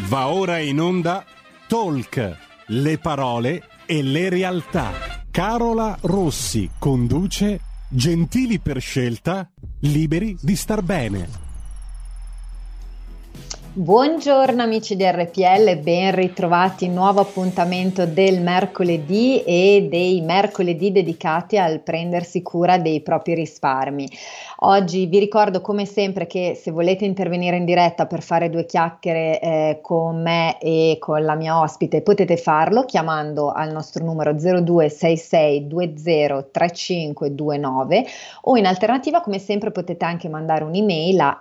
Va ora in onda Talk, le parole e le realtà. Carola Rossi conduce Gentili per scelta, liberi di star bene. Buongiorno amici di RPL, ben ritrovati, nuovo appuntamento del mercoledì e dei mercoledì dedicati al prendersi cura dei propri risparmi. Oggi vi ricordo come sempre che se volete intervenire in diretta per fare due chiacchiere con me e con la mia ospite potete farlo chiamando al nostro numero 0266 20 3529 o in alternativa come sempre potete anche mandare un'email a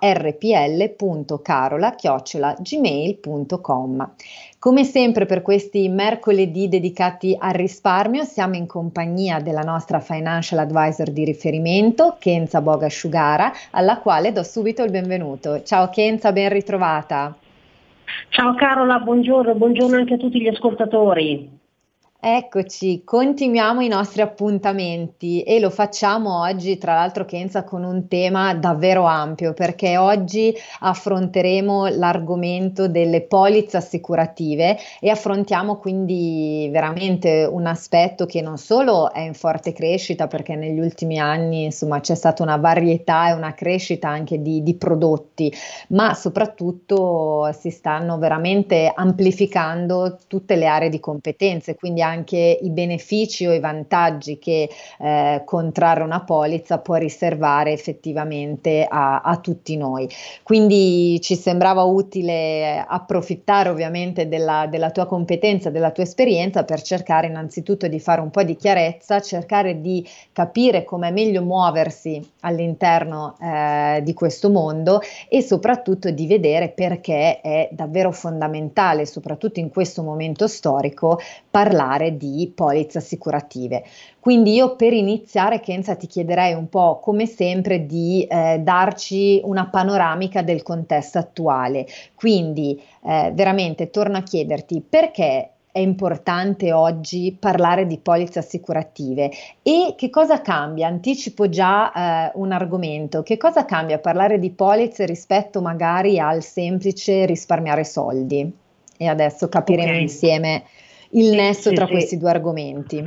rpl.carola@gmail.com. Come sempre per questi mercoledì dedicati al risparmio siamo in compagnia della nostra financial advisor di riferimento, Kenza Bogasciugara, alla quale do subito il benvenuto. Ciao Kenza, ben ritrovata. Ciao Carola, buongiorno anche a tutti gli ascoltatori. Eccoci, continuiamo i nostri appuntamenti e lo facciamo oggi, tra l'altro Kenza, con un tema davvero ampio perché oggi affronteremo l'argomento delle polizze assicurative e affrontiamo quindi veramente un aspetto che non solo è in forte crescita perché negli ultimi anni insomma c'è stata una varietà e una crescita anche di prodotti, ma soprattutto si stanno veramente amplificando tutte le aree di competenze, quindi anche i benefici o i vantaggi che contrarre una polizza può riservare effettivamente a tutti noi. Quindi ci sembrava utile approfittare ovviamente della tua competenza, della tua esperienza per cercare innanzitutto di fare un po' di chiarezza, cercare di capire com'è meglio muoversi all'interno di questo mondo e soprattutto di vedere perché è davvero fondamentale, soprattutto in questo momento storico, parlare di polizze assicurative. Quindi io per iniziare, Kenza, ti chiederei un po' come sempre di darci una panoramica del contesto attuale. Quindi veramente torno a chiederti perché è importante oggi parlare di polizze assicurative e che cosa cambia? Anticipo già un argomento. Che cosa cambia parlare di polizze rispetto magari al semplice risparmiare soldi? E adesso capiremo insieme il nesso tra questi due argomenti.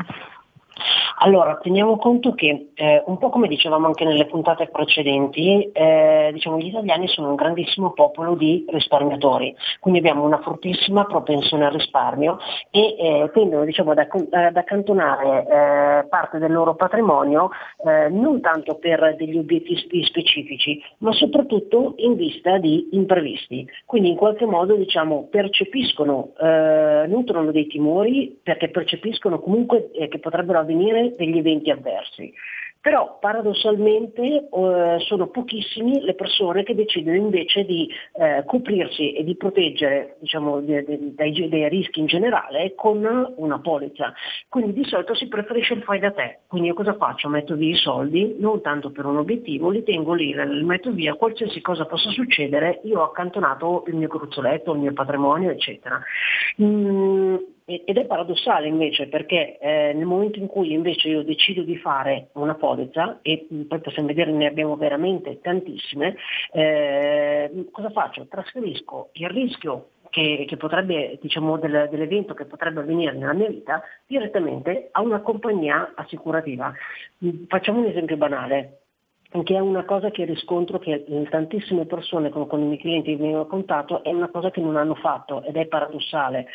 Allora, teniamo conto che un po' come dicevamo anche nelle puntate precedenti, diciamo gli italiani sono un grandissimo popolo di risparmiatori, quindi abbiamo una fortissima propensione al risparmio e tendono diciamo, ad accantonare parte del loro patrimonio non tanto per degli obiettivi specifici, ma soprattutto in vista di imprevisti. Quindi in qualche modo diciamo, percepiscono, nutrono dei timori perché percepiscono comunque che potrebbero avvenire degli eventi avversi. Però paradossalmente sono pochissimi le persone che decidono invece di coprirsi e di proteggere diciamo, dai rischi in generale con una polizza. Quindi di solito si preferisce il fai da te. Quindi io cosa faccio? Metto via i soldi, non tanto per un obiettivo, li tengo lì, li metto via, qualsiasi cosa possa succedere, io ho accantonato il mio gruzzoletto, il mio patrimonio, eccetera. Ed è paradossale invece perché nel momento in cui invece io decido di fare una polizza e poi possiamo vedere ne abbiamo veramente tantissime, cosa faccio? Trasferisco il rischio che potrebbe, diciamo, dell'evento che potrebbe avvenire nella mia vita direttamente a una compagnia assicurativa. Facciamo un esempio banale, che è una cosa che riscontro che tantissime persone con i miei clienti che mi hanno raccontato è una cosa che non hanno fatto ed è paradossale.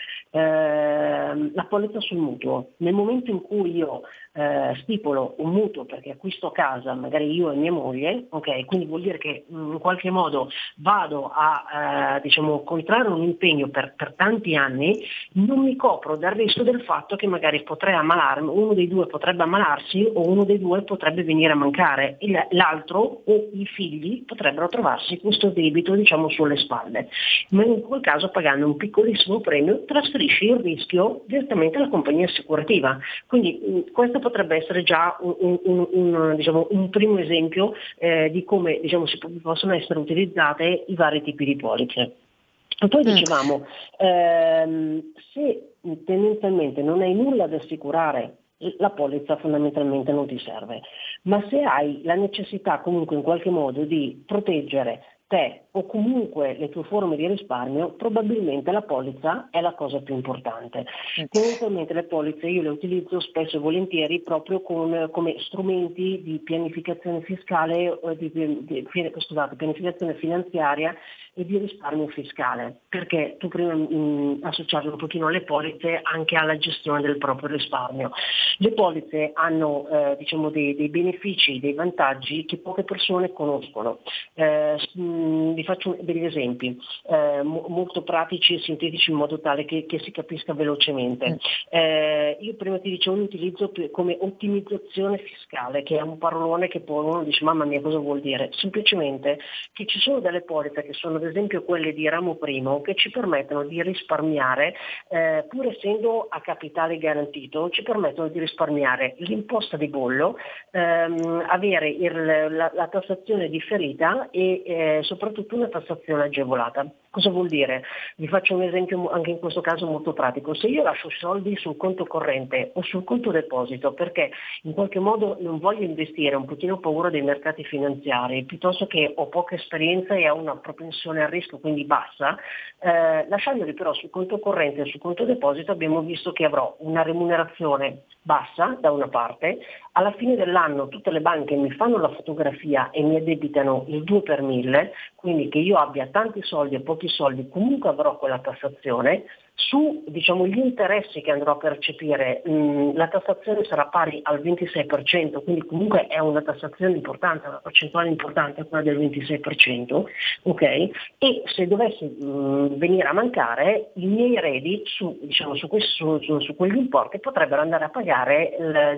La polizza sul mutuo. Nel momento in cui io stipolo un mutuo perché acquisto casa, magari io e mia moglie, ok, quindi vuol dire che in qualche modo vado a diciamo contrarre un impegno per tanti anni, non mi copro dal rischio del fatto che magari potrei ammalarmi, uno dei due potrebbe ammalarsi o uno dei due potrebbe venire a mancare, l'altro o i figli potrebbero trovarsi questo debito diciamo sulle spalle, ma in quel caso pagando un piccolissimo premio trasferisci il rischio direttamente alla compagnia assicurativa. Quindi questo potrebbe essere già diciamo, un primo esempio di come diciamo, possono essere utilizzate i vari tipi di polizze. E poi dicevamo, se tendenzialmente non hai nulla da assicurare, la polizza fondamentalmente non ti serve, ma se hai la necessità comunque in qualche modo di proteggere te o comunque le tue forme di risparmio, probabilmente la polizza è la cosa più importante. Tendenzialmente le polizze io le utilizzo spesso e volentieri proprio come strumenti di pianificazione fiscale, pianificazione finanziaria e di risparmio fiscale, perché tu prima associavi un pochino le polizze anche alla gestione del proprio risparmio. Le polizze hanno dei benefici, dei vantaggi che poche persone conoscono. Vi faccio degli esempi molto pratici e sintetici in modo tale che si capisca velocemente. Io prima ti dicevo lo utilizzo come ottimizzazione fiscale, che è un parolone che poi uno dice mamma mia cosa vuol dire? Semplicemente che ci sono delle polizze che sono ad esempio quelle di ramo primo che ci permettono di risparmiare, pur essendo a capitale garantito, ci permettono di risparmiare l'imposta di bollo, avere la tassazione differita e soprattutto una tassazione agevolata. Cosa vuol dire? Vi faccio un esempio anche in questo caso molto pratico. Se io lascio soldi sul conto corrente o sul conto deposito perché in qualche modo non voglio investire, ho un pochino paura dei mercati finanziari, piuttosto che ho poca esperienza e ho una propensione al rischio quindi bassa, lasciandoli però sul conto corrente e sul conto deposito abbiamo visto che avrò una remunerazione bassa da una parte, alla fine dell'anno tutte le banche mi fanno la fotografia e mi addebitano il 2 per 1000, quindi che io abbia tanti soldi e pochi soldi comunque avrò quella tassazione. Su gli interessi che andrò a percepire la tassazione sarà pari al 26%, quindi comunque è una tassazione importante, una percentuale importante quella del 26%, ok? E se dovesse venire a mancare i miei eredi su quegli importi potrebbero andare a pagare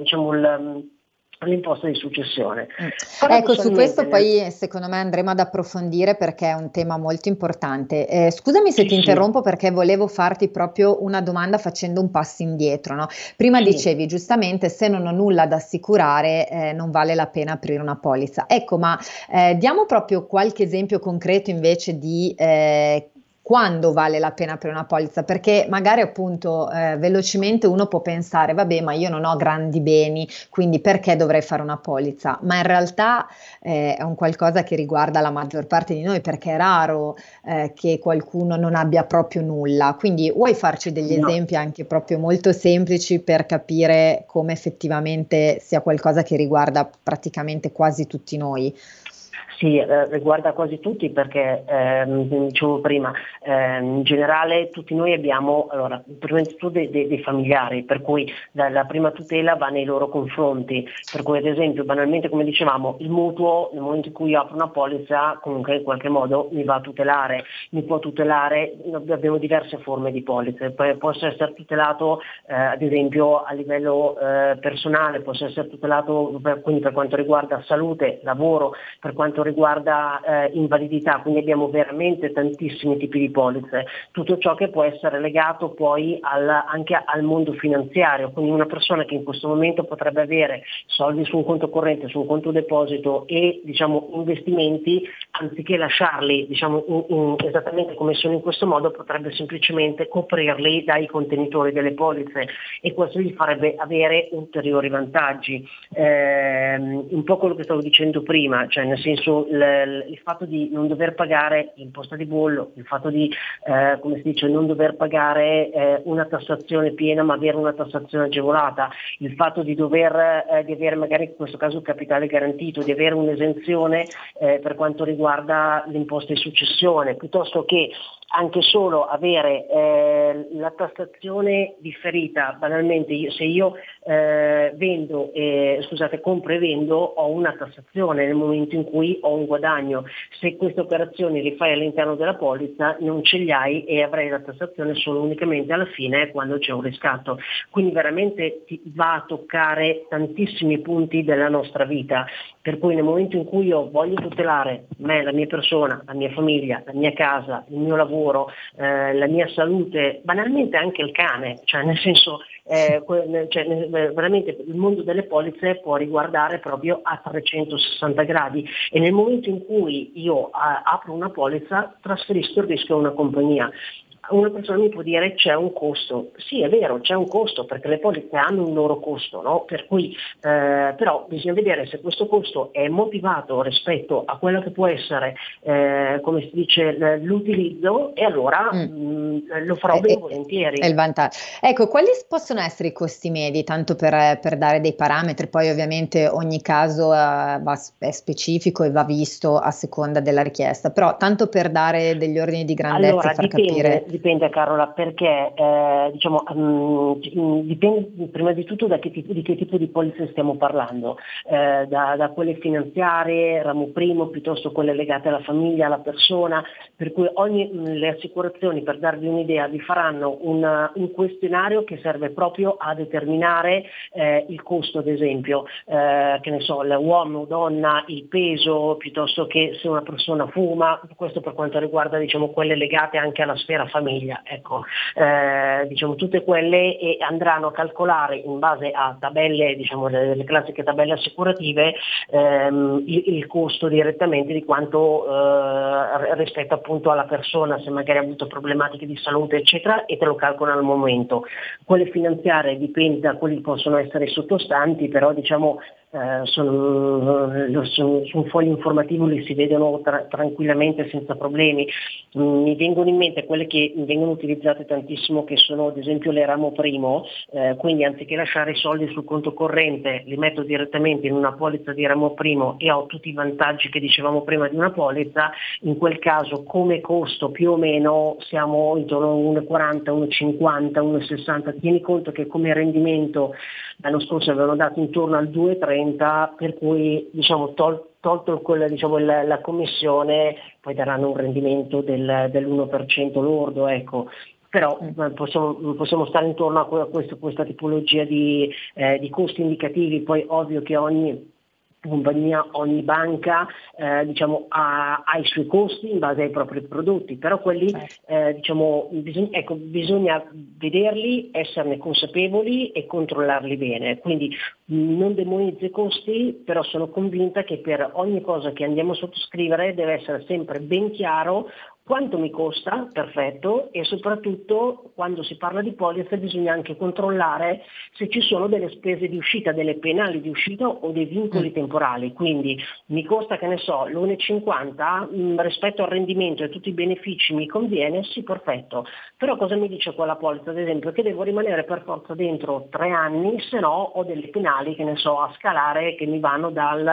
l'imposta di successione. Ecco, su questo poi secondo me andremo ad approfondire perché è un tema molto importante. Scusami se ti interrompo perché volevo farti proprio una domanda facendo un passo indietro, no? Prima dicevi giustamente se non ho nulla da assicurare non vale la pena aprire una polizza. Ecco, ma diamo proprio qualche esempio concreto invece di quando vale la pena per una polizza, perché magari appunto velocemente uno può pensare vabbè ma io non ho grandi beni quindi perché dovrei fare una polizza, ma in realtà è un qualcosa che riguarda la maggior parte di noi perché è raro che qualcuno non abbia proprio nulla, quindi vuoi farci degli esempi anche proprio molto semplici per capire come effettivamente sia qualcosa che riguarda praticamente quasi tutti noi? Sì, riguarda quasi tutti perché, dicevo prima, in generale tutti noi abbiamo, prima di tutto dei familiari, per cui la prima tutela va nei loro confronti, per cui ad esempio banalmente come dicevamo il mutuo nel momento in cui io apro una polizza comunque in qualche modo mi va a tutelare, mi può tutelare, abbiamo diverse forme di polizze, posso essere tutelato ad esempio a livello personale, posso essere tutelato quindi per quanto riguarda salute, lavoro, per quanto riguarda invalidità, quindi abbiamo veramente tantissimi tipi di polizze, tutto ciò che può essere legato poi anche al mondo finanziario, quindi una persona che in questo momento potrebbe avere soldi su un conto corrente, su un conto deposito e investimenti, anziché lasciarli esattamente come sono in questo modo, potrebbe semplicemente coprirli dai contenitori delle polizze e questo gli farebbe avere ulteriori vantaggi. Un po' quello che stavo dicendo prima, cioè nel senso il fatto di non dover pagare l'imposta di bollo, il fatto di non dover pagare una tassazione piena ma avere una tassazione agevolata, il fatto di avere magari in questo caso il capitale garantito, di avere un'esenzione per quanto riguarda l'imposta di successione, piuttosto che anche solo avere la tassazione differita. Banalmente se io compro e vendo ho una tassazione nel momento in cui ho un guadagno, se queste operazioni le fai all'interno della polizza non ce li hai e avrai la tassazione solo unicamente alla fine quando c'è un riscatto, quindi veramente ti va a toccare tantissimi punti della nostra vita, per cui nel momento in cui io voglio tutelare me, la mia persona, la mia famiglia, la mia casa, il mio lavoro, la mia salute, banalmente anche il cane, cioè nel senso veramente il mondo delle polizze può riguardare proprio a 360 gradi e nel momento in cui io apro una polizza trasferisco il rischio a una compagnia. una persona mi può dire c'è un costo. Sì, è vero, c'è un costo perché le polizze hanno un loro costo, no? Per cui però bisogna vedere se questo costo è motivato rispetto a quello che può essere, come si dice, l'utilizzo, e allora lo farò ben volentieri. È il vantaggio. Ecco, quali possono essere i costi medi, tanto per dare dei parametri, poi ovviamente ogni caso è specifico e va visto a seconda della richiesta, però tanto per dare degli ordini di grandezza Allora, e far capire. dipende Carola, perché dipende prima di tutto di che tipo di polizze stiamo parlando, da quelle finanziarie, ramo primo, piuttosto quelle legate alla famiglia, alla persona, per cui le assicurazioni, per darvi un'idea, vi faranno un questionario che serve proprio a determinare il costo, ad esempio, che ne so, l'uomo o donna, il peso, piuttosto che se una persona fuma, questo per quanto riguarda quelle legate anche alla sfera famiglia, ecco, tutte quelle, e andranno a calcolare in base a tabelle, le classiche tabelle assicurative, il costo direttamente di quanto rispetto appunto alla persona, se magari ha avuto problematiche di salute eccetera, e te lo calcolano al momento. Quelle finanziarie dipende da quelli che possono essere sottostanti, però su un foglio informativo li si vedono tranquillamente senza problemi. Mi vengono in mente quelle che vengono utilizzate tantissimo, che sono ad esempio le ramo primo, quindi anziché lasciare i soldi sul conto corrente li metto direttamente in una polizza di ramo primo e ho tutti i vantaggi che dicevamo prima di una polizza. In quel caso come costo più o meno siamo intorno a 1,40, 1,50, 1,60. Tieni conto che come rendimento l'anno scorso avevano dato intorno al 2,30, per cui tolto la commissione poi daranno un rendimento dell'1% lordo, ecco. Però possiamo stare intorno a questa tipologia di costi indicativi. Poi ovvio che ogni compagnia, ogni banca ha i suoi costi in base ai propri prodotti, però quelli bisogna vederli, esserne consapevoli e controllarli bene. Quindi non demonizzo i costi, però sono convinta che per ogni cosa che andiamo a sottoscrivere deve essere sempre ben chiaro quanto mi costa, perfetto, e soprattutto quando si parla di polizze bisogna anche controllare se ci sono delle spese di uscita, delle penali di uscita o dei vincoli temporali. Quindi mi costa, che ne so, l'1,50, rispetto al rendimento e tutti i benefici mi conviene, sì, perfetto. Però cosa mi dice quella polizza, ad esempio? Che devo rimanere per forza dentro 3 anni, se no ho delle penali, che ne so, a scalare, che mi vanno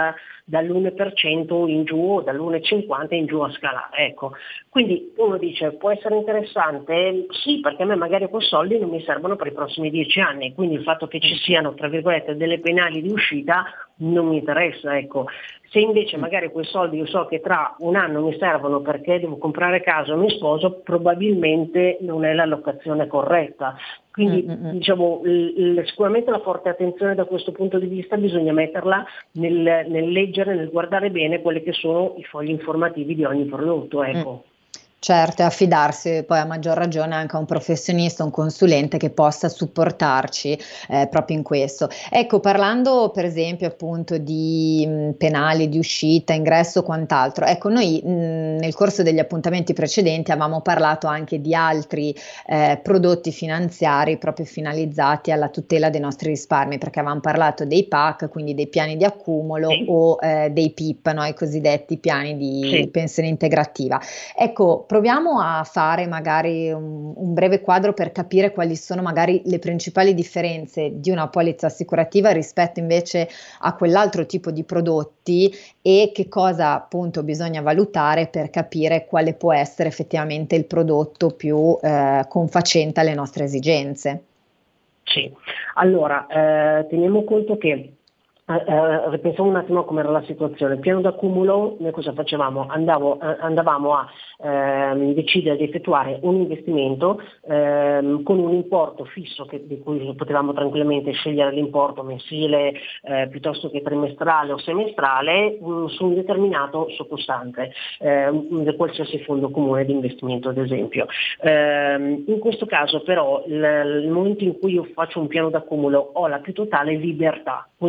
dall'1% in giù o dall'1,50 in giù a scalare, ecco. Quindi uno dice può essere interessante? Sì, perché a me magari quei soldi non mi servono per i prossimi 10 anni, quindi il fatto che ci siano tra virgolette delle penali di uscita non mi interessa, ecco. Se invece magari quei soldi io so che tra un anno mi servono perché devo comprare casa o mi sposo, probabilmente non è l'allocazione corretta. Quindi sicuramente la forte attenzione da questo punto di vista bisogna metterla nel leggere, nel guardare bene quelli che sono i fogli informativi di ogni prodotto, ecco. Certo, e affidarsi poi a maggior ragione anche a un professionista, un consulente che possa supportarci proprio in questo. Ecco, parlando per esempio appunto di penali di uscita, ingresso, quant'altro, ecco, noi nel corso degli appuntamenti precedenti avevamo parlato anche di altri prodotti finanziari proprio finalizzati alla tutela dei nostri risparmi, perché avevamo parlato dei PAC, quindi dei piani di accumulo o dei PIP, no? I cosiddetti piani di pensione integrativa. Ecco, proviamo a fare magari un breve quadro per capire quali sono magari le principali differenze di una polizza assicurativa rispetto invece a quell'altro tipo di prodotti e che cosa appunto bisogna valutare per capire quale può essere effettivamente il prodotto più confacente alle nostre esigenze. Sì, allora teniamo conto che ripensiamo un attimo a come era la situazione. Il piano d'accumulo, noi cosa facevamo? Andavamo a decidere di effettuare un investimento con un importo fisso di cui potevamo tranquillamente scegliere l'importo mensile piuttosto che trimestrale o semestrale su un determinato sottostante di qualsiasi fondo comune di investimento, ad esempio. In questo caso però il momento in cui io faccio un piano d'accumulo ho la più totale libertà, quindi io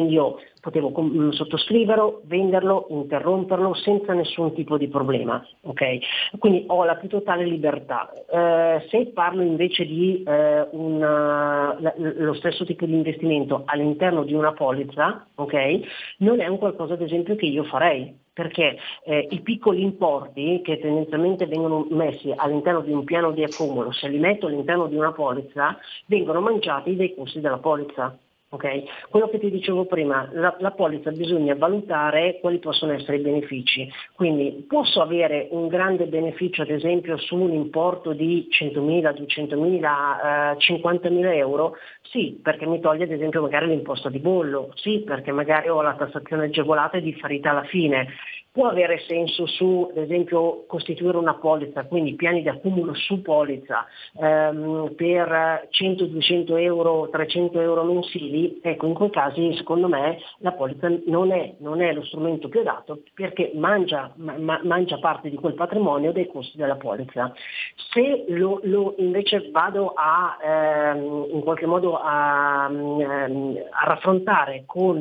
potevo sottoscriverlo, venderlo, interromperlo senza nessun tipo di problema, ok? Quindi ho la più totale libertà. Se parlo invece di lo stesso tipo di investimento all'interno di una polizza, ok? Non è un qualcosa ad esempio che io farei, perché i piccoli importi che tendenzialmente vengono messi all'interno di un piano di accumulo, se li metto all'interno di una polizza, vengono mangiati dai costi della polizza. Okay? Quello che ti dicevo prima, la polizza bisogna valutare quali possono essere i benefici, quindi posso avere un grande beneficio ad esempio su un importo di 100.000, 200.000, 50.000 euro? Sì, perché mi toglie ad esempio magari l'imposta di bollo, sì, perché magari ho la tassazione agevolata e differita alla fine. Può avere senso su, ad esempio, costituire una polizza, quindi piani di accumulo su polizza per 100, 200 euro, 300 euro mensili? Ecco, in quei casi secondo me la polizza non è lo strumento più adatto, perché mangia parte di quel patrimonio dei costi della polizza. Se invece vado in qualche modo a raffrontare con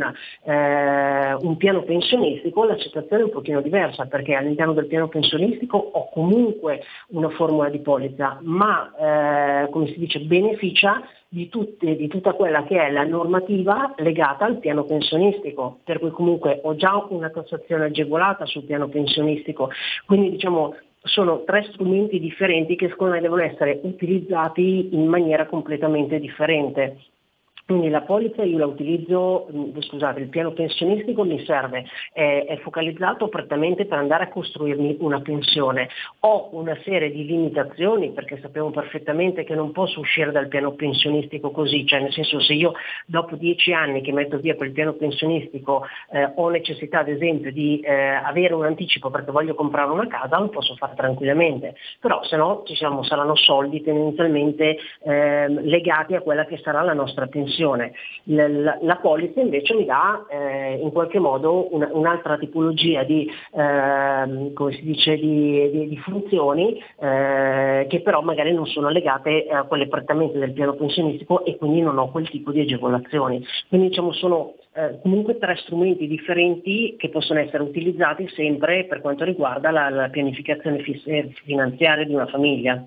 un piano pensionistico, la situazione è un pochino diversa, perché all'interno del piano pensionistico ho comunque una formula di polizza, ma come si dice, beneficia di tutta quella che è la normativa legata al piano pensionistico, per cui comunque ho già una tassazione agevolata sul piano pensionistico, quindi diciamo sono 3 strumenti differenti che secondo me devono essere utilizzati in maniera completamente differente. Quindi la polizza io la utilizzo, il piano pensionistico mi serve, è focalizzato prettamente per andare a costruirmi una pensione. Ho una serie di limitazioni perché sappiamo perfettamente che non posso uscire dal piano pensionistico così, cioè nel senso, se io dopo 10 anni che metto via quel piano pensionistico ho necessità ad esempio di avere un anticipo perché voglio comprare una casa, lo posso fare tranquillamente, però se no saranno soldi tendenzialmente legati a quella che sarà la nostra pensione. La polizza invece mi dà in qualche modo un'altra tipologia di funzioni che però magari non sono legate a quelle prettamente del piano pensionistico e quindi non ho quel tipo di agevolazioni. Quindi diciamo sono comunque 3 strumenti differenti che possono essere utilizzati sempre per quanto riguarda la pianificazione finanziaria di una famiglia.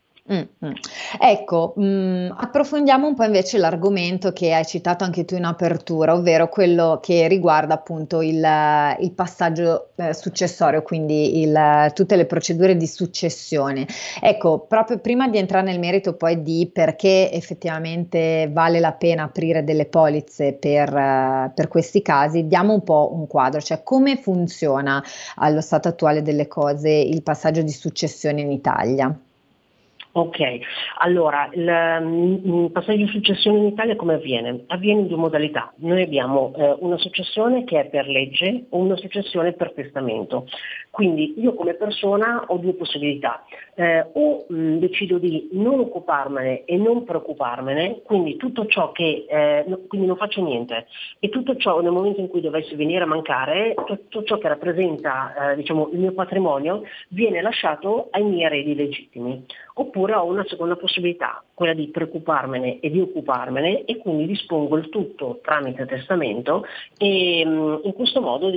Ecco, approfondiamo un po' invece l'argomento che hai citato anche tu in apertura, ovvero quello che riguarda appunto il passaggio successorio, quindi tutte le procedure di successione. Ecco, proprio prima di entrare nel merito poi di perché effettivamente vale la pena aprire delle polizze per questi casi, diamo un po' un quadro, cioè come funziona allo stato attuale delle cose il passaggio di successione in Italia. Ok, allora il passaggio di successione in Italia come avviene? Avviene in 2 modalità. Noi abbiamo una successione che è per legge o una successione per testamento. Quindi io come persona ho 2 possibilità, o decido di non occuparmene e non preoccuparmene, quindi tutto ciò che, quindi non faccio niente, e tutto ciò nel momento in cui dovessi venire a mancare, tutto ciò che rappresenta il mio patrimonio viene lasciato ai miei eredi legittimi. Oppure ho una seconda possibilità, quella di preoccuparmene e di occuparmene, e quindi dispongo il tutto tramite testamento e in questo modo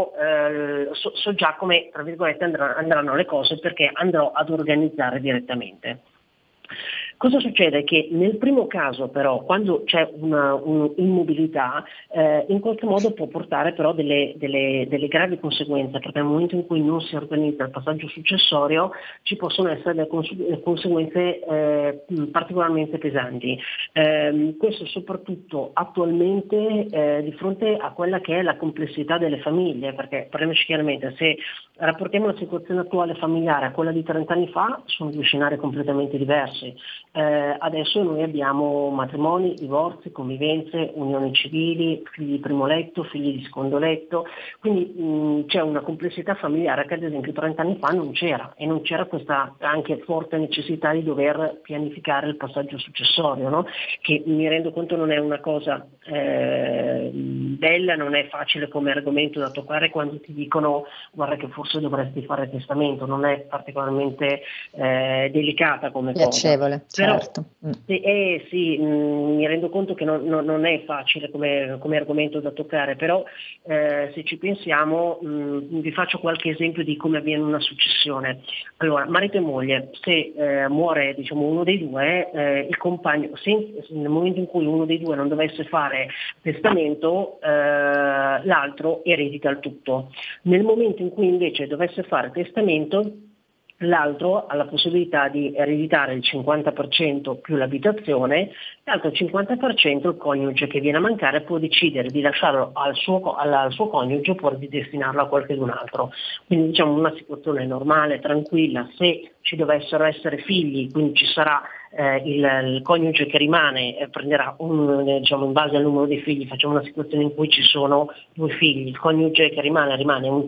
so già come tra virgolette andranno le cose, perché andrò ad organizzare direttamente. Cosa succede? Che nel primo caso però, quando c'è un'immobilità, in qualche modo può portare però delle gravi conseguenze, perché nel momento in cui non si organizza il passaggio successorio ci possono essere delle conseguenze particolarmente pesanti. Questo soprattutto attualmente di fronte a quella che è la complessità delle famiglie, perché parliamoci chiaramente, se rapportiamo la situazione attuale familiare a quella di 30 anni fa, sono 2 scenari completamente diversi. Adesso noi abbiamo matrimoni, divorzi, convivenze, unioni civili, figli di primo letto, figli di secondo letto, quindi c'è una complessità familiare che ad esempio 30 anni fa non c'era, e non c'era questa anche forte necessità di dover pianificare il passaggio successorio, no? Che mi rendo conto non è una cosa bella, non è facile come argomento da toccare quando ti dicono guarda che forse dovresti fare testamento, non è particolarmente delicata come piacevole, cosa. certo. Sì, mi rendo conto che non è facile come argomento da toccare, però se ci pensiamo, vi faccio qualche esempio di come avviene una successione. Allora, marito e moglie, se muore diciamo uno dei due, il compagno, nel momento in cui uno dei due non dovesse fare testamento, l'altro eredita il tutto. Nel momento in cui invece dovesse fare testamento, l'altro ha la possibilità di ereditare il 50% più l'abitazione, l'altro 50% il coniuge che viene a mancare può decidere di lasciarlo al suo coniuge oppure di destinarlo a qualcun altro. Quindi diciamo una situazione normale, tranquilla. Se ci dovessero essere figli, quindi ci sarà il coniuge che rimane prenderà diciamo in base al numero dei figli, facciamo una situazione in cui ci sono 2 figli, il coniuge che rimane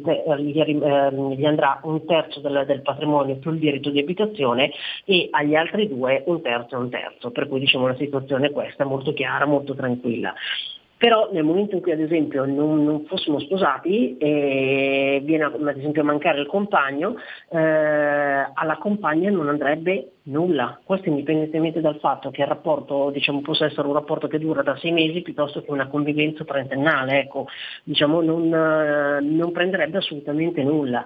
gli andrà un terzo del patrimonio più il diritto di abitazione e agli altri 2 un terzo e un terzo, per cui diciamo la situazione è questa, molto chiara, molto tranquilla. Però nel momento in cui ad esempio non fossimo sposati e viene ad esempio a mancare il compagno, alla compagna non andrebbe nulla. Questo indipendentemente dal fatto che il rapporto diciamo, possa essere un rapporto che dura da 6 mesi piuttosto che una convivenza trentennale, ecco, diciamo non prenderebbe assolutamente nulla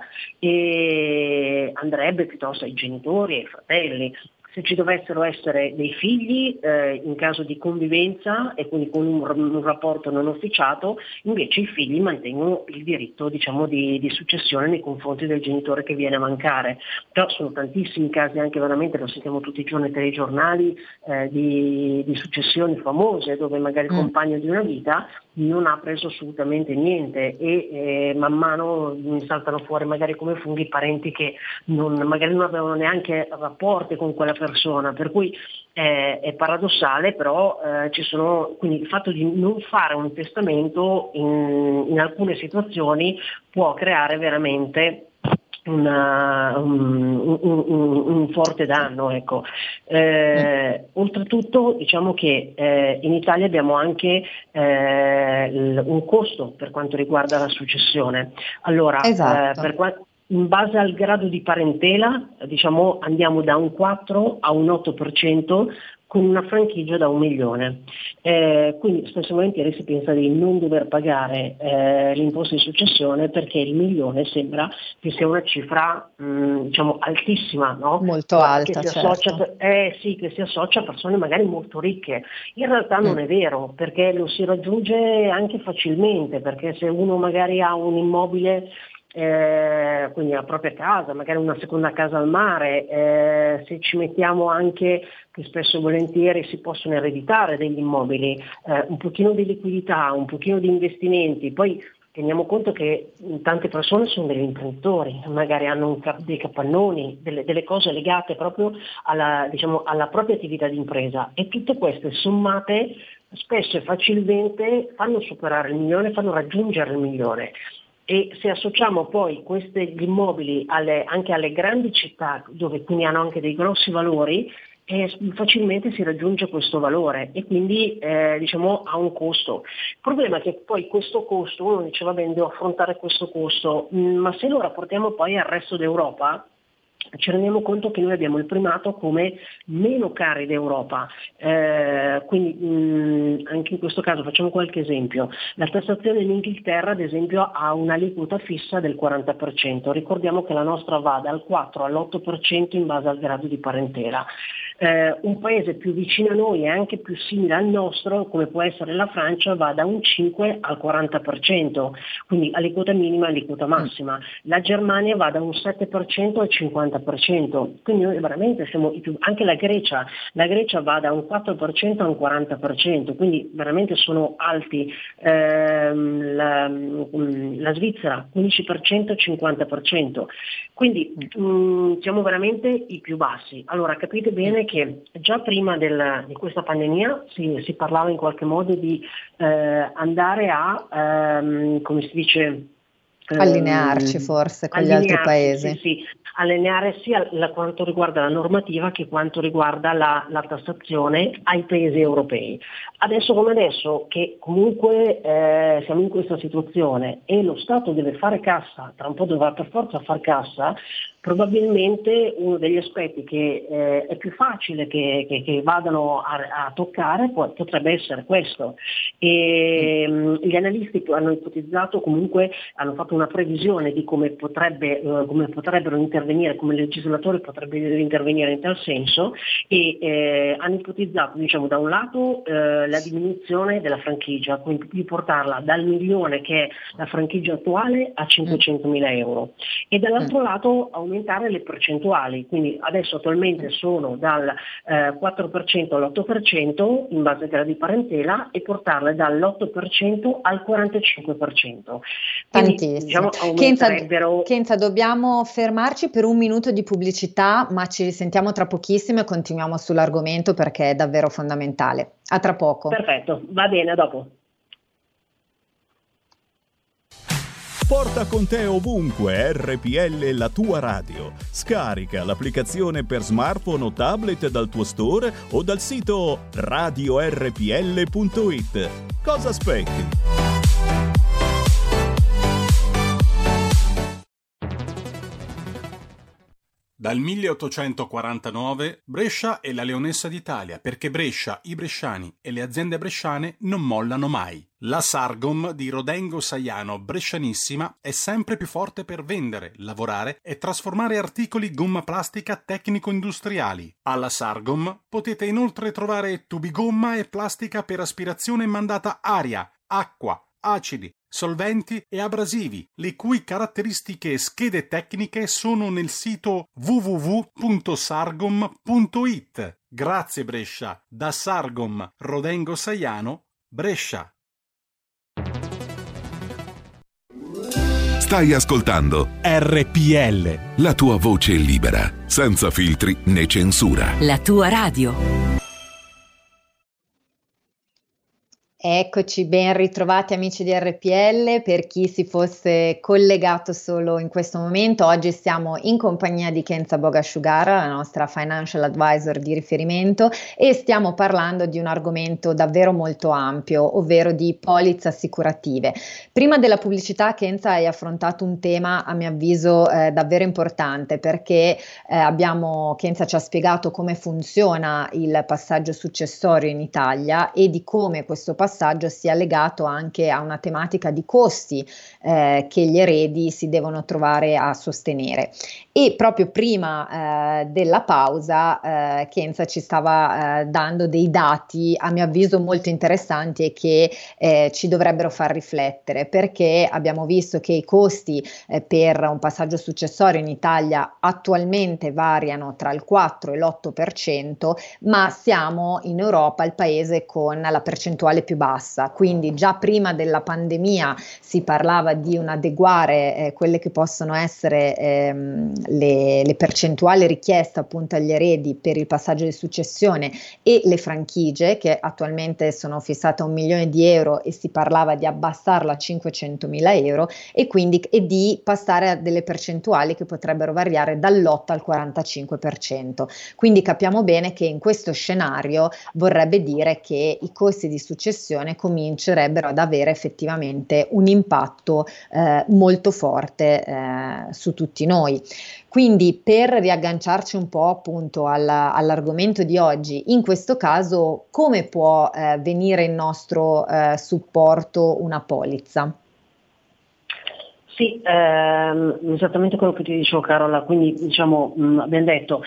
e andrebbe piuttosto ai genitori, ai fratelli. Se ci dovessero essere dei figli in caso di convivenza e quindi con un rapporto non officiato, invece i figli mantengono il diritto diciamo, di successione nei confronti del genitore che viene a mancare. Però sono tantissimi casi, anche veramente lo sentiamo tutti i giorni nei telegiornali, di successioni famose dove magari il compagno di una vita non ha preso assolutamente niente e man mano saltano fuori magari come funghi parenti che magari non avevano neanche rapporti con quella persona, per cui è paradossale, però quindi il fatto di non fare un testamento in alcune situazioni può creare veramente un forte danno, ecco. Oltretutto diciamo che in Italia abbiamo anche un costo per quanto riguarda la successione. Allora, Esatto. in base al grado di parentela, diciamo, andiamo da un 4 a un 8% con una franchigia da 1 milione. Quindi spesso e volentieri si pensa di non dover pagare l'imposta di successione perché il milione sembra che sia una cifra diciamo altissima, no? Molto alta, che si associa, certo. che si associa a persone magari molto ricche. In realtà non è vero, perché lo si raggiunge anche facilmente, perché se uno magari ha un immobile quindi la propria casa, magari una seconda casa al mare, se ci mettiamo anche che spesso e volentieri si possono ereditare degli immobili, un pochino di liquidità, un pochino di investimenti, poi teniamo conto che tante persone sono degli imprenditori, magari hanno dei capannoni, delle cose legate proprio alla propria attività di impresa e tutte queste sommate spesso e facilmente fanno superare il milione, fanno raggiungere il milione. E se associamo poi questi immobili anche alle grandi città, dove quindi hanno anche dei grossi valori, facilmente si raggiunge questo valore e quindi diciamo ha un costo. Il problema è che poi questo costo, uno dice va bene, devo affrontare questo costo, ma se lo rapportiamo poi al resto d'Europa, ci rendiamo conto che noi abbiamo il primato come meno cari d'Europa, quindi anche in questo caso facciamo qualche esempio. La tassazione in Inghilterra ad esempio ha un'aliquota fissa del 40%, ricordiamo che la nostra va dal 4 all'8% in base al grado di parentela. Un paese più vicino a noi e anche più simile al nostro, come può essere la Francia, va da un 5 al 40%, quindi aliquota minima e aliquota massima. La Germania va da un 7% al 50%, quindi noi veramente siamo anche la Grecia va da un 4% a un 40%, quindi veramente sono alti. La Svizzera 15% 50%, quindi siamo veramente i più bassi. Allora capite bene che già prima di questa pandemia si parlava in qualche modo di andare a, come si dice, Allinearci forse con gli altri paesi. Sì, allineare sia quanto riguarda la normativa che quanto riguarda la tassazione ai paesi europei. Adesso come adesso che comunque siamo in questa situazione e lo Stato deve fare cassa, tra un po' dovrà per forza far cassa, Probabilmente uno degli aspetti che è più facile che vadano a toccare potrebbe essere questo. E, gli analisti hanno ipotizzato, comunque hanno fatto una previsione di come potrebbero intervenire, come il legislatore potrebbe intervenire in tal senso, e hanno ipotizzato, diciamo, da un lato la diminuzione della franchigia, quindi di portarla dal 1.000.000 che è la franchigia attuale a 500.000 euro, e dall'altro lato aumentare le percentuali, quindi adesso attualmente sono dal 4% all'8% in base a gradi di parentela, e portarle dall'8% al 45%. Quindi, Tantissimo. diciamo, aumenterebbero... Kenza, dobbiamo fermarci per un minuto di pubblicità, ma ci risentiamo tra pochissimo e continuiamo sull'argomento perché è davvero fondamentale. A tra poco. Perfetto, va bene, a dopo. Porta con te ovunque RPL, la tua radio. Scarica l'applicazione per smartphone o tablet dal tuo store o dal sito radiorpl.it. Cosa aspetti? Dal 1849 Brescia è la leonessa d'Italia, perché Brescia, i bresciani e le aziende bresciane non mollano mai. La Sargom di Rodengo Saiano Brescianissima è sempre più forte per vendere, lavorare e trasformare articoli gomma plastica tecnico-industriali. Alla Sargom potete inoltre trovare tubi gomma e plastica per aspirazione mandata aria, acqua, acidi, solventi e abrasivi, le cui caratteristiche e schede tecniche sono nel sito www.sargom.it. Grazie Brescia, da Sargom Rodengo Saiano, Brescia. Stai ascoltando RPL, la tua voce libera, senza filtri né censura. La tua radio. Eccoci, ben ritrovati amici di RPL. Per chi si fosse collegato solo in questo momento, oggi siamo in compagnia di Kenza Bogasciugara, la nostra financial advisor di riferimento, e stiamo parlando di un argomento davvero molto ampio, ovvero di polizze assicurative. Prima della pubblicità, Kenza, hai affrontato un tema a mio avviso davvero importante, perché Kenza ci ha spiegato come funziona il passaggio successorio in Italia e di come questo passaggio sia legato anche a una tematica di costi che gli eredi si devono trovare a sostenere. E proprio prima della pausa Kenza ci stava dando dei dati a mio avviso molto interessanti e che ci dovrebbero far riflettere, perché abbiamo visto che i costi per un passaggio successorio in Italia attualmente variano tra il 4 e l'8%, ma siamo in Europa il paese con la percentuale più bassa, quindi già prima della pandemia si parlava di un adeguare quelle che possono essere le percentuali richieste appunto agli eredi per il passaggio di successione e le franchigie, che attualmente sono fissate a 1 milione di euro e si parlava di abbassarla a 500.000 euro, e quindi di passare a delle percentuali che potrebbero variare dall'8 al 45%. Quindi capiamo bene che in questo scenario vorrebbe dire che i costi di successione comincerebbero ad avere effettivamente un impatto molto forte su tutti noi. Quindi, per riagganciarci un po' appunto all'argomento di oggi, in questo caso come può venire in nostro supporto una polizza? Sì, esattamente quello che ti dicevo Carola, quindi diciamo abbiamo detto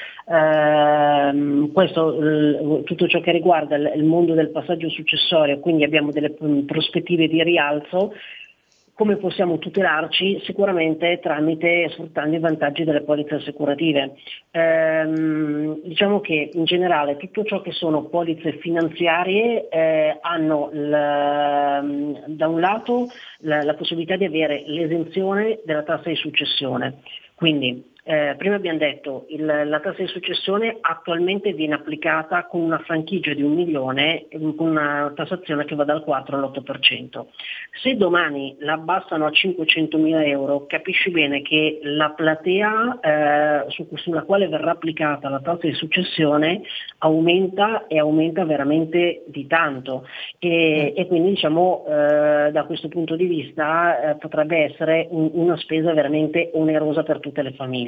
tutto ciò che riguarda il mondo del passaggio successorio, quindi abbiamo delle prospettive di rialzo. Come possiamo tutelarci? Sicuramente sfruttando i vantaggi delle polizze assicurative. Diciamo che in generale tutto ciò che sono polizze finanziarie hanno da un lato la possibilità di avere l'esenzione della tassa di successione. Quindi prima abbiamo detto la tassa di successione attualmente viene applicata con una franchigia di 1 milione, con una tassazione che va dal 4 all'8%. Se domani la abbassano a 500.000 euro, capisci bene che la platea sulla quale verrà applicata la tassa di successione aumenta veramente di tanto, e quindi diciamo da questo punto di vista potrebbe essere una spesa veramente onerosa per tutte le famiglie.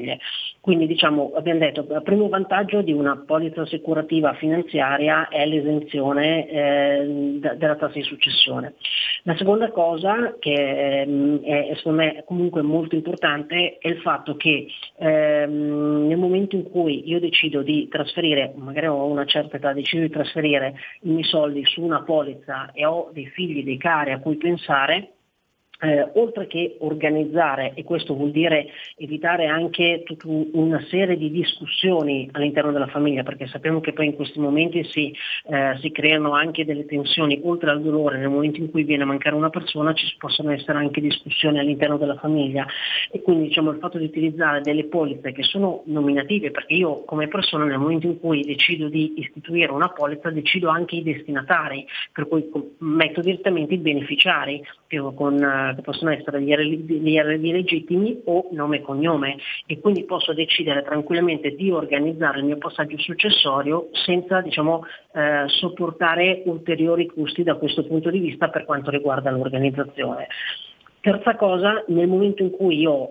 famiglie. Quindi diciamo, abbiamo detto, il primo vantaggio di una polizza assicurativa finanziaria è l'esenzione della tassa di successione. La seconda cosa che è secondo me comunque molto importante è il fatto che nel momento in cui io decido di trasferire, magari ho una certa età, decido di trasferire i miei soldi su una polizza e ho dei figli, dei cari a cui pensare, oltre che organizzare, e questo vuol dire evitare anche tutta una serie di discussioni all'interno della famiglia, perché sappiamo che poi in questi momenti si creano anche delle tensioni, oltre al dolore, nel momento in cui viene a mancare una persona ci possono essere anche discussioni all'interno della famiglia, e quindi diciamo il fatto di utilizzare delle polizze che sono nominative, perché io come persona nel momento in cui decido di istituire una polizza decido anche i destinatari, per cui metto direttamente i beneficiari che possono essere gli RD legittimi o nome e cognome, e quindi posso decidere tranquillamente di organizzare il mio passaggio successorio senza sopportare ulteriori costi da questo punto di vista per quanto riguarda l'organizzazione. Terza cosa, nel momento in cui io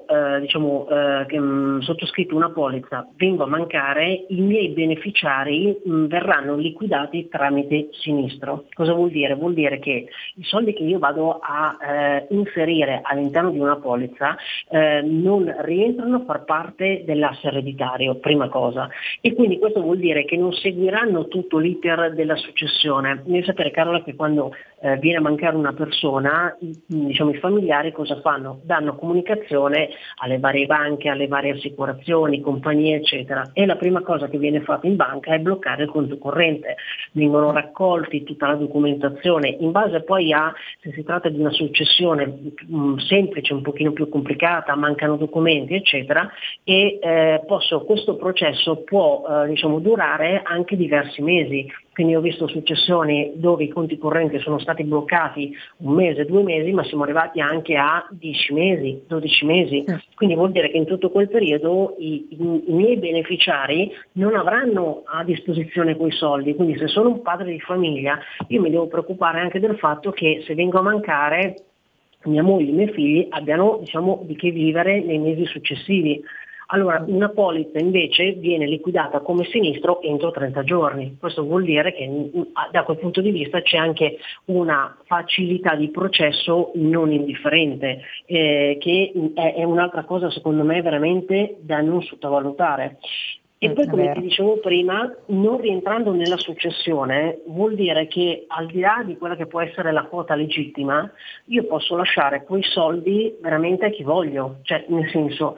sottoscritto una polizza, vengo a mancare, i miei beneficiari verranno liquidati tramite sinistro. Cosa vuol dire? Vuol dire che i soldi che io vado a inserire all'interno di una polizza non rientrano a far parte dell'asse ereditario, prima cosa. E quindi questo vuol dire che non seguiranno tutto l'iter della successione. Devi sapere, Carola, che quando viene a mancare una persona, i familiari cosa fanno? Danno comunicazione alle varie banche, alle varie assicurazioni, compagnie eccetera, e la prima cosa che viene fatta in banca è bloccare il conto corrente. Vengono raccolti tutta la documentazione in base poi a se si tratta di una successione semplice, un pochino più complicata, mancano documenti eccetera, e questo processo può durare anche diversi mesi. Quindi ho visto successioni dove i conti correnti sono stati bloccati 1 mese, 2 mesi, ma siamo arrivati anche a 10 mesi, 12 mesi. Quindi vuol dire che in tutto quel periodo i miei beneficiari non avranno a disposizione quei soldi. Quindi se sono un padre di famiglia io mi devo preoccupare anche del fatto che se vengo a mancare mia moglie e i miei figli abbiano di che vivere nei mesi successivi. Allora, una polizza invece viene liquidata come sinistro entro 30 giorni. Questo vuol dire che da quel punto di vista c'è anche una facilità di processo non indifferente, che è un'altra cosa secondo me veramente da non sottovalutare. E poi, come ti dicevo prima, non rientrando nella successione vuol dire che al di là di quella che può essere la quota legittima, io posso lasciare quei soldi veramente a chi voglio, cioè nel senso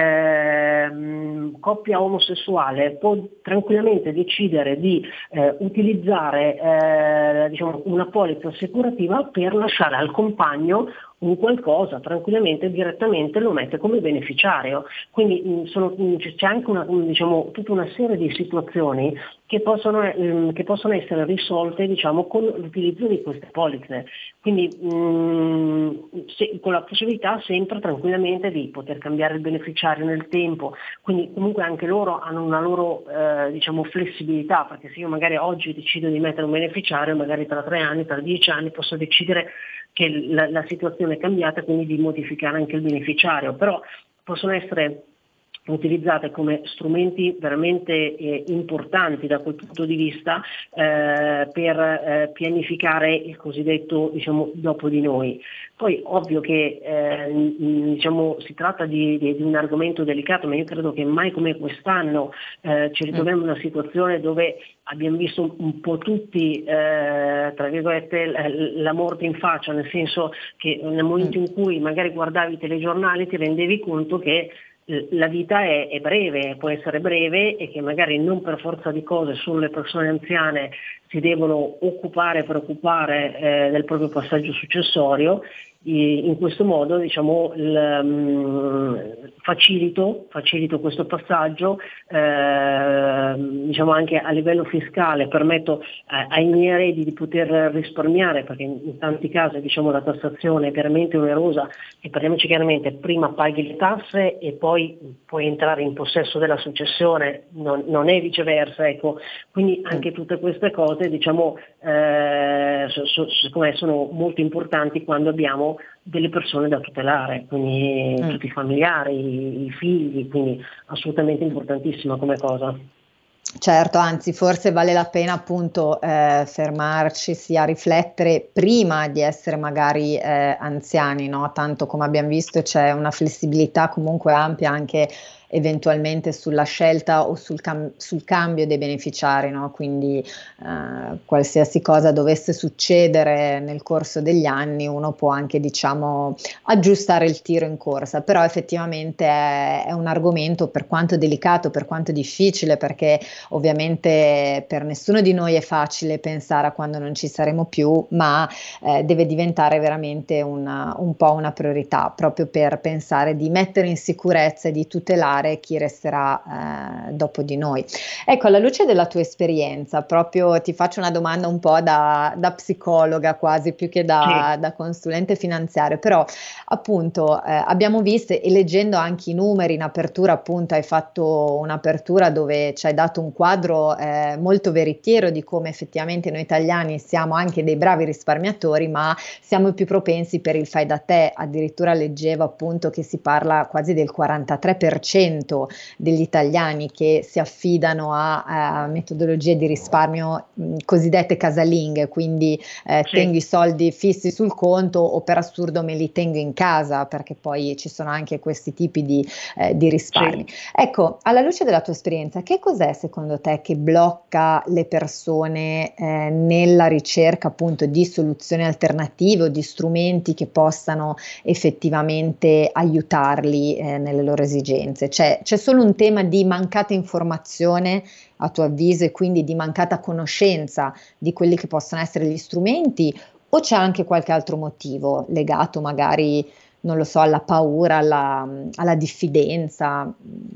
coppia omosessuale può tranquillamente decidere di utilizzare una polizza assicurativa per lasciare al compagno un qualcosa, tranquillamente direttamente lo mette come beneficiario. Quindi c'è anche tutta una serie di situazioni che possono essere risolte con l'utilizzo di queste polizze. Quindi con la possibilità sempre tranquillamente di poter cambiare il beneficiario nel tempo, quindi comunque anche loro hanno una loro flessibilità, perché se io magari oggi decido di mettere un beneficiario, magari tra 3 anni, tra 10 anni posso decidere che la situazione è cambiata, quindi di modificare anche il beneficiario, però possono essere utilizzate come strumenti veramente importanti da quel punto di vista per pianificare il cosiddetto dopo di noi. Poi ovvio che si tratta di un argomento delicato, ma io credo che mai come quest'anno ci ritroviamo in una situazione dove abbiamo visto un po' tutti tra virgolette la morte in faccia, nel senso che nel momento in cui magari guardavi i telegiornali ti rendevi conto che la vita è breve, può essere breve, e che magari non per forza di cose solo le persone anziane si devono preoccupare del proprio passaggio successorio. In questo modo facilito questo passaggio, anche a livello fiscale, permetto ai miei eredi di poter risparmiare, perché in tanti casi la tassazione è veramente onerosa, e parliamoci chiaramente, prima paghi le tasse e poi puoi entrare in possesso della successione, non è viceversa, ecco. Quindi anche tutte queste cose secondo me sono molto importanti quando abbiamo abbiamo delle persone da tutelare, quindi tutti i familiari, i figli, quindi assolutamente importantissima come cosa. Certo, anzi, forse vale la pena appunto fermarci a riflettere prima di essere magari anziani, no? Tanto come abbiamo visto c'è una flessibilità comunque ampia anche eventualmente sulla scelta o sul cambio dei beneficiari, no? Quindi qualsiasi cosa dovesse succedere nel corso degli anni uno può anche, diciamo, aggiustare il tiro in corsa, però effettivamente è un argomento per quanto delicato, per quanto difficile, perché ovviamente per nessuno di noi è facile pensare a quando non ci saremo più, ma deve diventare veramente un po' una priorità, proprio per pensare di mettere in sicurezza e di tutelare chi resterà dopo di noi. Ecco, alla luce della tua esperienza, proprio ti faccio una domanda un po' da psicologa quasi, più che da consulente finanziario, però appunto abbiamo visto, e leggendo anche i numeri in apertura, appunto hai fatto un'apertura dove ci hai dato un quadro molto veritiero di come effettivamente noi italiani siamo anche dei bravi risparmiatori, ma siamo più propensi per il fai da te. Addirittura leggevo appunto che si parla quasi del 43% degli italiani che si affidano a metodologie di risparmio cosiddette casalinghe, quindi tengo i soldi fissi sul conto o per assurdo me li tengo in casa, perché poi ci sono anche questi tipi di risparmi. Ecco, alla luce della tua esperienza, che cos'è secondo te che blocca le persone nella ricerca appunto di soluzioni alternative o di strumenti che possano effettivamente aiutarli nelle loro esigenze? C'è solo un tema di mancata informazione a tuo avviso e quindi di mancata conoscenza di quelli che possono essere gli strumenti, o c'è anche qualche altro motivo legato magari, non lo so, alla paura, alla diffidenza?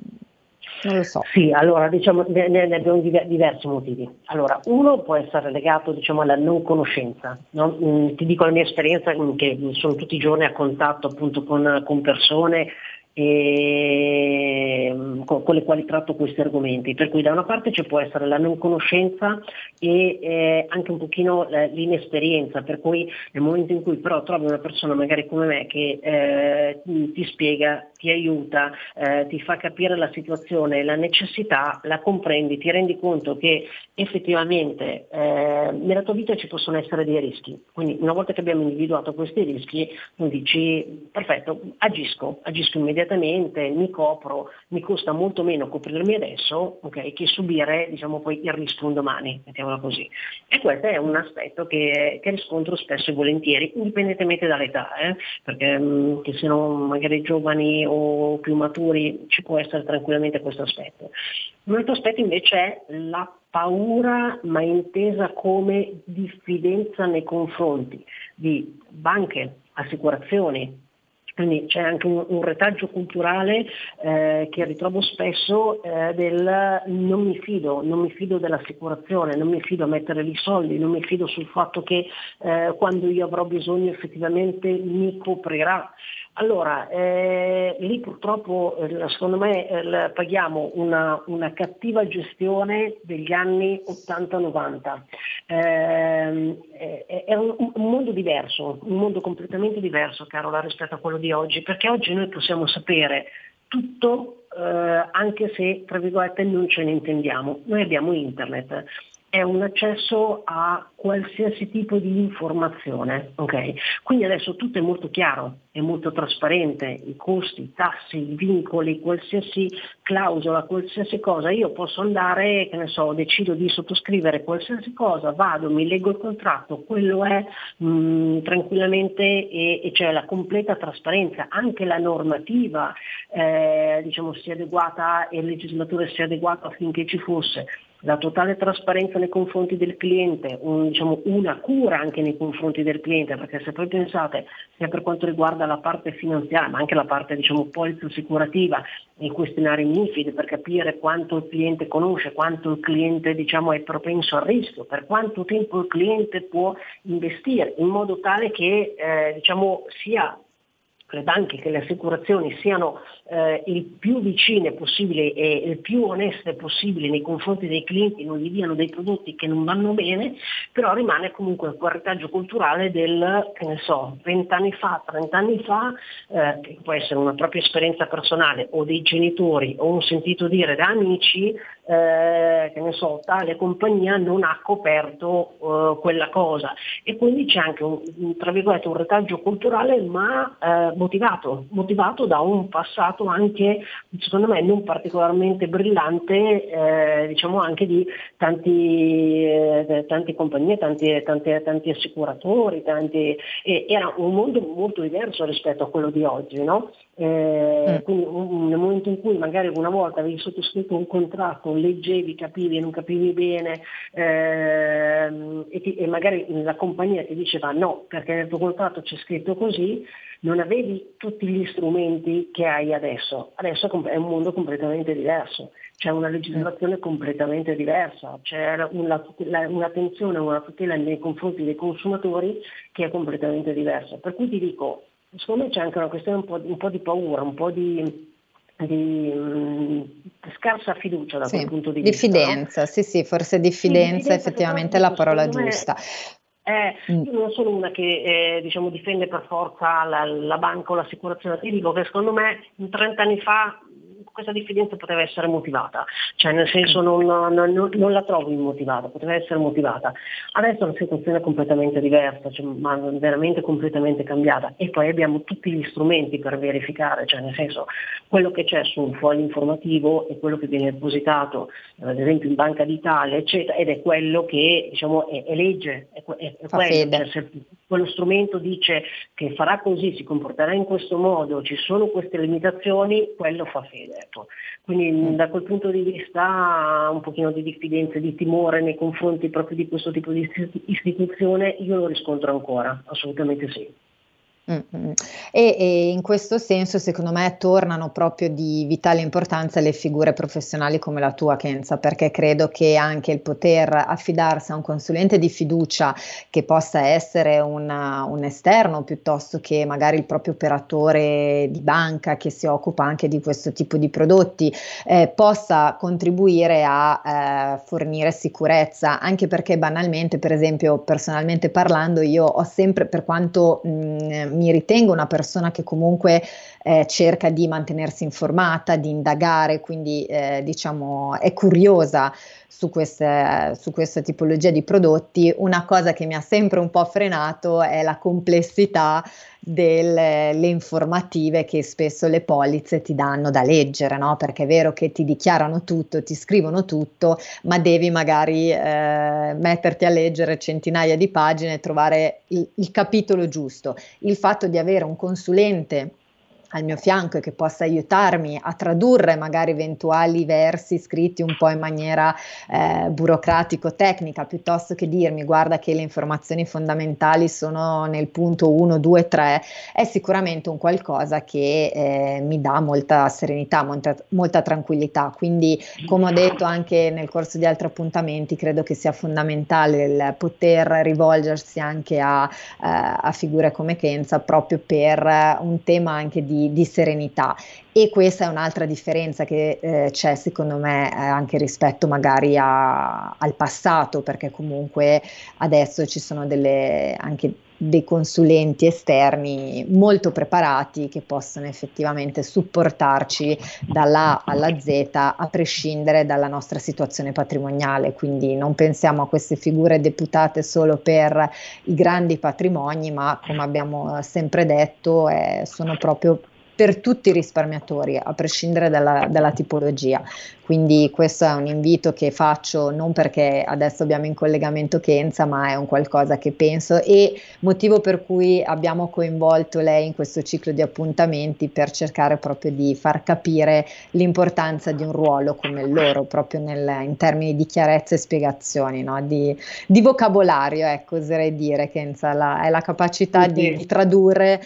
Non lo so. Sì, allora diciamo ne abbiamo diversi motivi. Allora, uno può essere legato, diciamo, alla non conoscenza, no? Ti dico la mia esperienza, che sono tutti i giorni a contatto appunto con persone con le quali tratto questi argomenti, per cui da una parte ci può essere la non conoscenza e anche un pochino l'inesperienza, per cui nel momento in cui però trovi una persona magari come me che ti spiega, ti aiuta, ti fa capire la situazione, la necessità, la comprendi, ti rendi conto che effettivamente nella tua vita ci possono essere dei rischi, quindi una volta che abbiamo individuato questi rischi tu dici perfetto, agisco immediatamente, mi copro, mi costa molto meno coprirmi adesso, okay, che subire, diciamo, poi il rischio un domani, mettiamola così. E questo è un aspetto che riscontro spesso e volentieri, indipendentemente dall'età, perché che siano magari giovani o più maturi ci può essere tranquillamente questo aspetto. Un altro aspetto invece è la paura, ma intesa come diffidenza nei confronti di banche, assicurazioni. Quindi c'è anche un retaggio culturale che ritrovo spesso del non mi fido dell'assicurazione, non mi fido a mettere lì soldi, non mi fido sul fatto che quando io avrò bisogno effettivamente mi coprirà. Allora, lì purtroppo secondo me paghiamo una cattiva gestione degli anni 80-90. È un mondo diverso, un mondo completamente diverso, Carola, rispetto a quello di oggi, perché oggi noi possiamo sapere tutto anche se, tra virgolette, non ce ne intendiamo. Noi abbiamo internet. È un accesso a qualsiasi tipo di informazione, ok? Quindi adesso tutto è molto chiaro, è molto trasparente, i costi, i tassi, i vincoli, qualsiasi clausola, qualsiasi cosa. Io posso andare, che ne so, decido di sottoscrivere qualsiasi cosa, vado, mi leggo il contratto, quello è tranquillamente e c'è la completa trasparenza, anche la normativa diciamo sia adeguata e il legislatore sia adeguato affinché ci fosse la totale trasparenza nei confronti del cliente, una cura anche nei confronti del cliente, perché se poi pensate sia per quanto riguarda la parte finanziaria, ma anche la parte polizza assicurativa, i questionari MiFID per capire quanto il cliente conosce, quanto il cliente è propenso al rischio, per quanto tempo il cliente può investire, in modo tale che sia le banche, che le assicurazioni siano il più vicine possibile e il più oneste possibile nei confronti dei clienti, non gli diano dei prodotti che non vanno bene, però rimane comunque il retaggio culturale del, che ne so, 20 anni fa, 30 anni fa, che può essere una propria esperienza personale o dei genitori o un sentito dire da amici, che ne so, tale compagnia non ha coperto quella cosa, e quindi c'è anche tra virgolette un retaggio culturale, ma motivato da un passato anche, secondo me, non particolarmente brillante, diciamo anche di tante compagnie, tanti assicuratori, era un mondo molto diverso rispetto a quello di oggi, no? Quindi nel momento in cui magari una volta avevi sottoscritto un contratto, leggevi, capivi e non capivi bene, e magari la compagnia ti diceva no, perché nel tuo contratto c'è scritto così, non avevi tutti gli strumenti che hai adesso. Adesso è un mondo completamente diverso, c'è una legislazione completamente diversa, c'è un'attenzione, una tutela nei confronti dei consumatori che è completamente diversa. Per cui ti dico, secondo me c'è anche una questione un po' di paura, un po' di scarsa fiducia da quel punto di vista. Diffidenza, no? Sì, forse diffidenza effettivamente è la parola giusta. Io non sono una che difende per forza la banca o l'assicurazione, ti dico che secondo me 30 anni fa questa diffidenza poteva essere motivata, cioè nel senso non la trovo immotivata, poteva essere motivata. Adesso la situazione è completamente diversa, cioè, ma veramente completamente cambiata, e poi abbiamo tutti gli strumenti per verificare, cioè nel senso quello che c'è su un foglio informativo è quello che viene depositato ad esempio in Banca d'Italia, eccetera, ed è quello che diciamo è legge, è quello, cioè, se quello strumento dice che farà così, si comporterà in questo modo, ci sono queste limitazioni, quello fa fede. Ecco. Quindi da quel punto di vista un pochino di diffidenza, di timore nei confronti proprio di questo tipo di istituzione io lo riscontro ancora, assolutamente sì. E in questo senso secondo me tornano proprio di vitale importanza le figure professionali come la tua, Kenza, perché credo che anche il poter affidarsi a un consulente di fiducia, che possa essere un esterno piuttosto che magari il proprio operatore di banca che si occupa anche di questo tipo di prodotti, possa contribuire a fornire sicurezza, anche perché banalmente, per esempio personalmente parlando, io ho sempre, per quanto mi ritengo una persona che comunque cerca di mantenersi informata, di indagare, quindi diciamo è curiosa su questa tipologia di prodotti. Una cosa che mi ha sempre un po' frenato è la complessità delle informative che spesso le polizze ti danno da leggere, no? Perché è vero che ti dichiarano tutto, ti scrivono tutto, ma devi magari metterti a leggere centinaia di pagine e trovare il capitolo giusto. Il fatto di avere un consulente al mio fianco e che possa aiutarmi a tradurre magari eventuali versi scritti un po' in maniera burocratico-tecnica, piuttosto che dirmi guarda che le informazioni fondamentali sono nel punto 1, 2, 3, è sicuramente un qualcosa che mi dà molta serenità, molta tranquillità. Quindi, come ho detto anche nel corso di altri appuntamenti, credo che sia fondamentale il poter rivolgersi anche a figure come Kenza, proprio per un tema anche di serenità. E questa è un'altra differenza che c'è secondo me anche rispetto magari al passato, perché comunque adesso ci sono anche dei consulenti esterni molto preparati che possono effettivamente supportarci dalla A alla Z, a prescindere dalla nostra situazione patrimoniale. Quindi non pensiamo a queste figure deputate solo per i grandi patrimoni, ma come abbiamo sempre detto sono proprio per tutti i risparmiatori, a prescindere dalla tipologia. Quindi questo è un invito che faccio non perché adesso abbiamo in collegamento Kenza, ma è un qualcosa che penso, e motivo per cui abbiamo coinvolto lei in questo ciclo di appuntamenti, per cercare proprio di far capire l'importanza di un ruolo come il loro, proprio in termini di chiarezza e spiegazioni, no? di vocabolario, ecco, oserei dire, Kenza, è la capacità di tradurre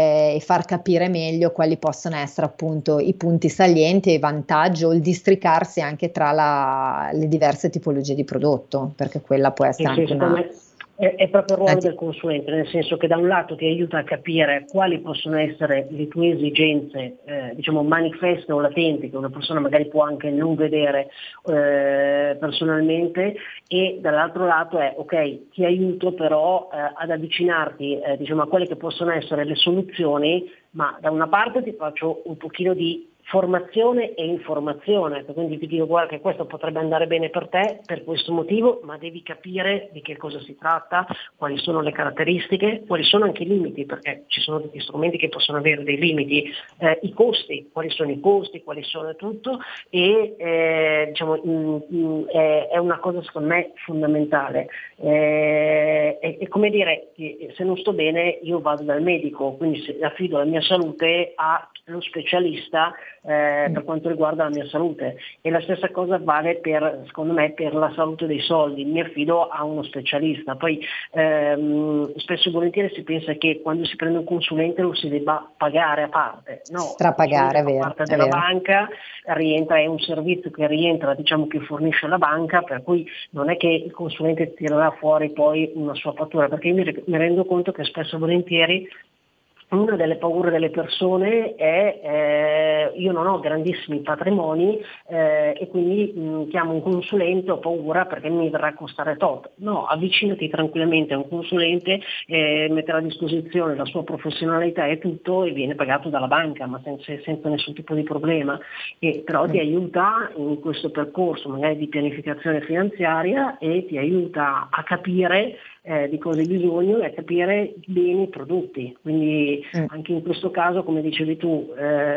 e far capire meglio quali possono essere appunto i punti salienti e i vantaggi, o il districarsi anche tra le diverse tipologie di prodotto, perché quella può essere anche È proprio il ruolo del consulente, nel senso che da un lato ti aiuta a capire quali possono essere le tue esigenze, manifeste o latenti, che una persona magari può anche non vedere personalmente, e dall'altro lato è ok, ti aiuto però ad avvicinarti a quelle che possono essere le soluzioni, ma da una parte ti faccio un pochino di formazione e informazione, quindi ti dico guarda che questo potrebbe andare bene per te per questo motivo, ma devi capire di che cosa si tratta, quali sono le caratteristiche, quali sono anche i limiti, perché ci sono degli strumenti che possono avere dei limiti, i costi, quali sono tutto, e è una cosa secondo me fondamentale. È come dire, se non sto bene io vado dal medico, quindi se affido la mia salute allo specialista per quanto riguarda la mia salute, e la stessa cosa vale secondo me per la salute dei soldi, mi affido a uno specialista. Poi spesso e volentieri si pensa che quando si prende un consulente lo si debba pagare a parte, no, strapagare, fa parte della banca, è un servizio che rientra, che fornisce la banca, per cui non è che il consulente tirerà fuori poi una sua fattura, perché io mi rendo conto che spesso e volentieri una delle paure delle persone è io non ho grandissimi patrimoni e quindi chiamo un consulente, ho paura perché mi verrà a costare tot. No, avvicinati tranquillamente a un consulente, metterà a disposizione la sua professionalità e tutto, e viene pagato dalla banca, ma senza nessun tipo di problema, e però ti aiuta in questo percorso magari di pianificazione finanziaria, e ti aiuta a capire di cosa hai bisogno e a capire bene i prodotti. Quindi anche in questo caso, come dicevi tu,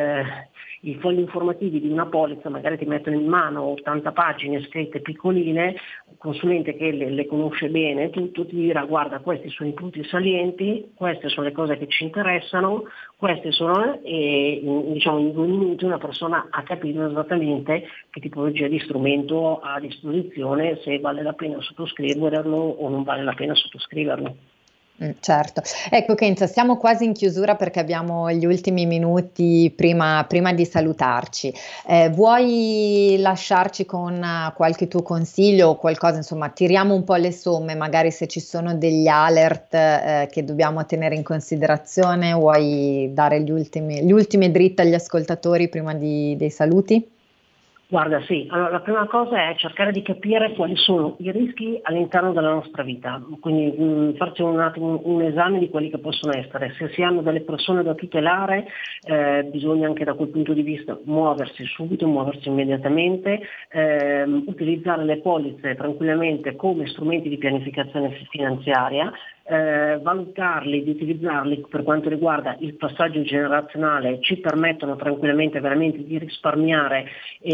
i fogli informativi di una polizza magari ti mettono in mano 80 pagine scritte piccoline, un consulente che le conosce bene tutto ti dirà guarda, questi sono i punti salienti, queste sono le cose che ci interessano, queste sono, e in 2 minuti una persona ha capito esattamente che tipologia di strumento ha a disposizione, se vale la pena sottoscriverlo o non vale la pena sottoscriverlo. Certo, ecco Kenza, siamo quasi in chiusura perché abbiamo gli ultimi minuti prima di salutarci. Vuoi lasciarci con qualche tuo consiglio o qualcosa, insomma, tiriamo un po' le somme, magari se ci sono degli alert che dobbiamo tenere in considerazione, vuoi dare gli ultimi dritte agli ascoltatori prima dei saluti? Guarda, sì, allora la prima cosa è cercare di capire quali sono i rischi all'interno della nostra vita, quindi farci un esame di quelli che possono essere. Se si hanno delle persone da tutelare, bisogna anche da quel punto di vista muoversi subito, muoversi immediatamente, utilizzare le polizze tranquillamente come strumenti di pianificazione finanziaria, valutarli, di utilizzarli per quanto riguarda il passaggio generazionale, ci permettono tranquillamente veramente di risparmiare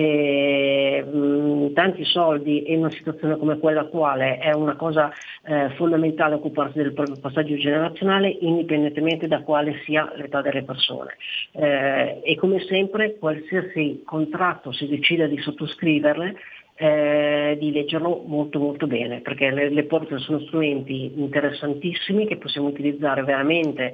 tanti soldi, e in una situazione come quella attuale è una cosa fondamentale occuparsi del proprio passaggio generazionale, indipendentemente da quale sia l'età delle persone, e come sempre qualsiasi contratto si decida di sottoscriverle, di leggerlo molto molto bene, perché le polizze sono strumenti interessantissimi che possiamo utilizzare veramente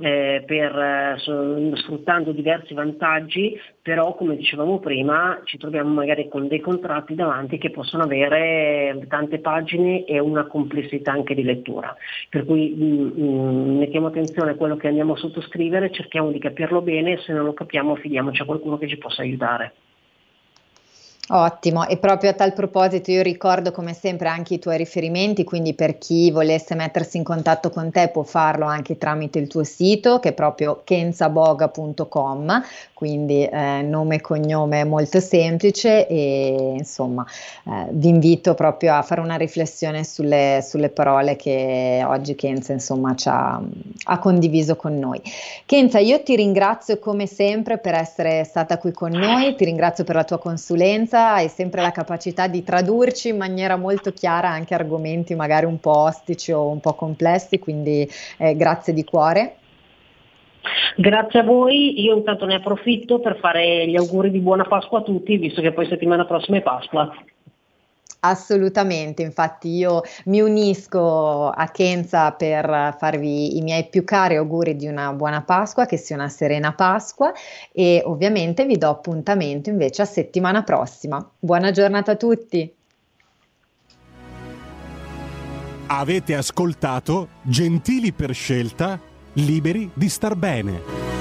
sfruttando diversi vantaggi, però come dicevamo prima ci troviamo magari con dei contratti davanti che possono avere tante pagine e una complessità anche di lettura, per cui mettiamo attenzione a quello che andiamo a sottoscrivere, cerchiamo di capirlo bene, se non lo capiamo fidiamoci a qualcuno che ci possa aiutare. Ottimo, e proprio a tal proposito io ricordo come sempre anche i tuoi riferimenti, quindi per chi volesse mettersi in contatto con te può farlo anche tramite il tuo sito, che è proprio kenzaboga.com, quindi nome e cognome molto semplice, e insomma vi invito proprio a fare una riflessione sulle parole che oggi Kenza insomma ha condiviso con noi. Kenza, io ti ringrazio come sempre per essere stata qui con noi, ti ringrazio per la tua consulenza e sempre la capacità di tradurci in maniera molto chiara anche argomenti magari un po' ostici o un po' complessi, quindi grazie di cuore. Grazie a voi, io intanto ne approfitto per fare gli auguri di buona Pasqua a tutti, visto che poi settimana prossima è Pasqua. Assolutamente, infatti io mi unisco a Kenza per farvi i miei più cari auguri di una buona Pasqua, che sia una serena Pasqua, e ovviamente vi do appuntamento invece a settimana prossima. Buona giornata a tutti! Avete ascoltato Gentili per scelta, liberi di star bene.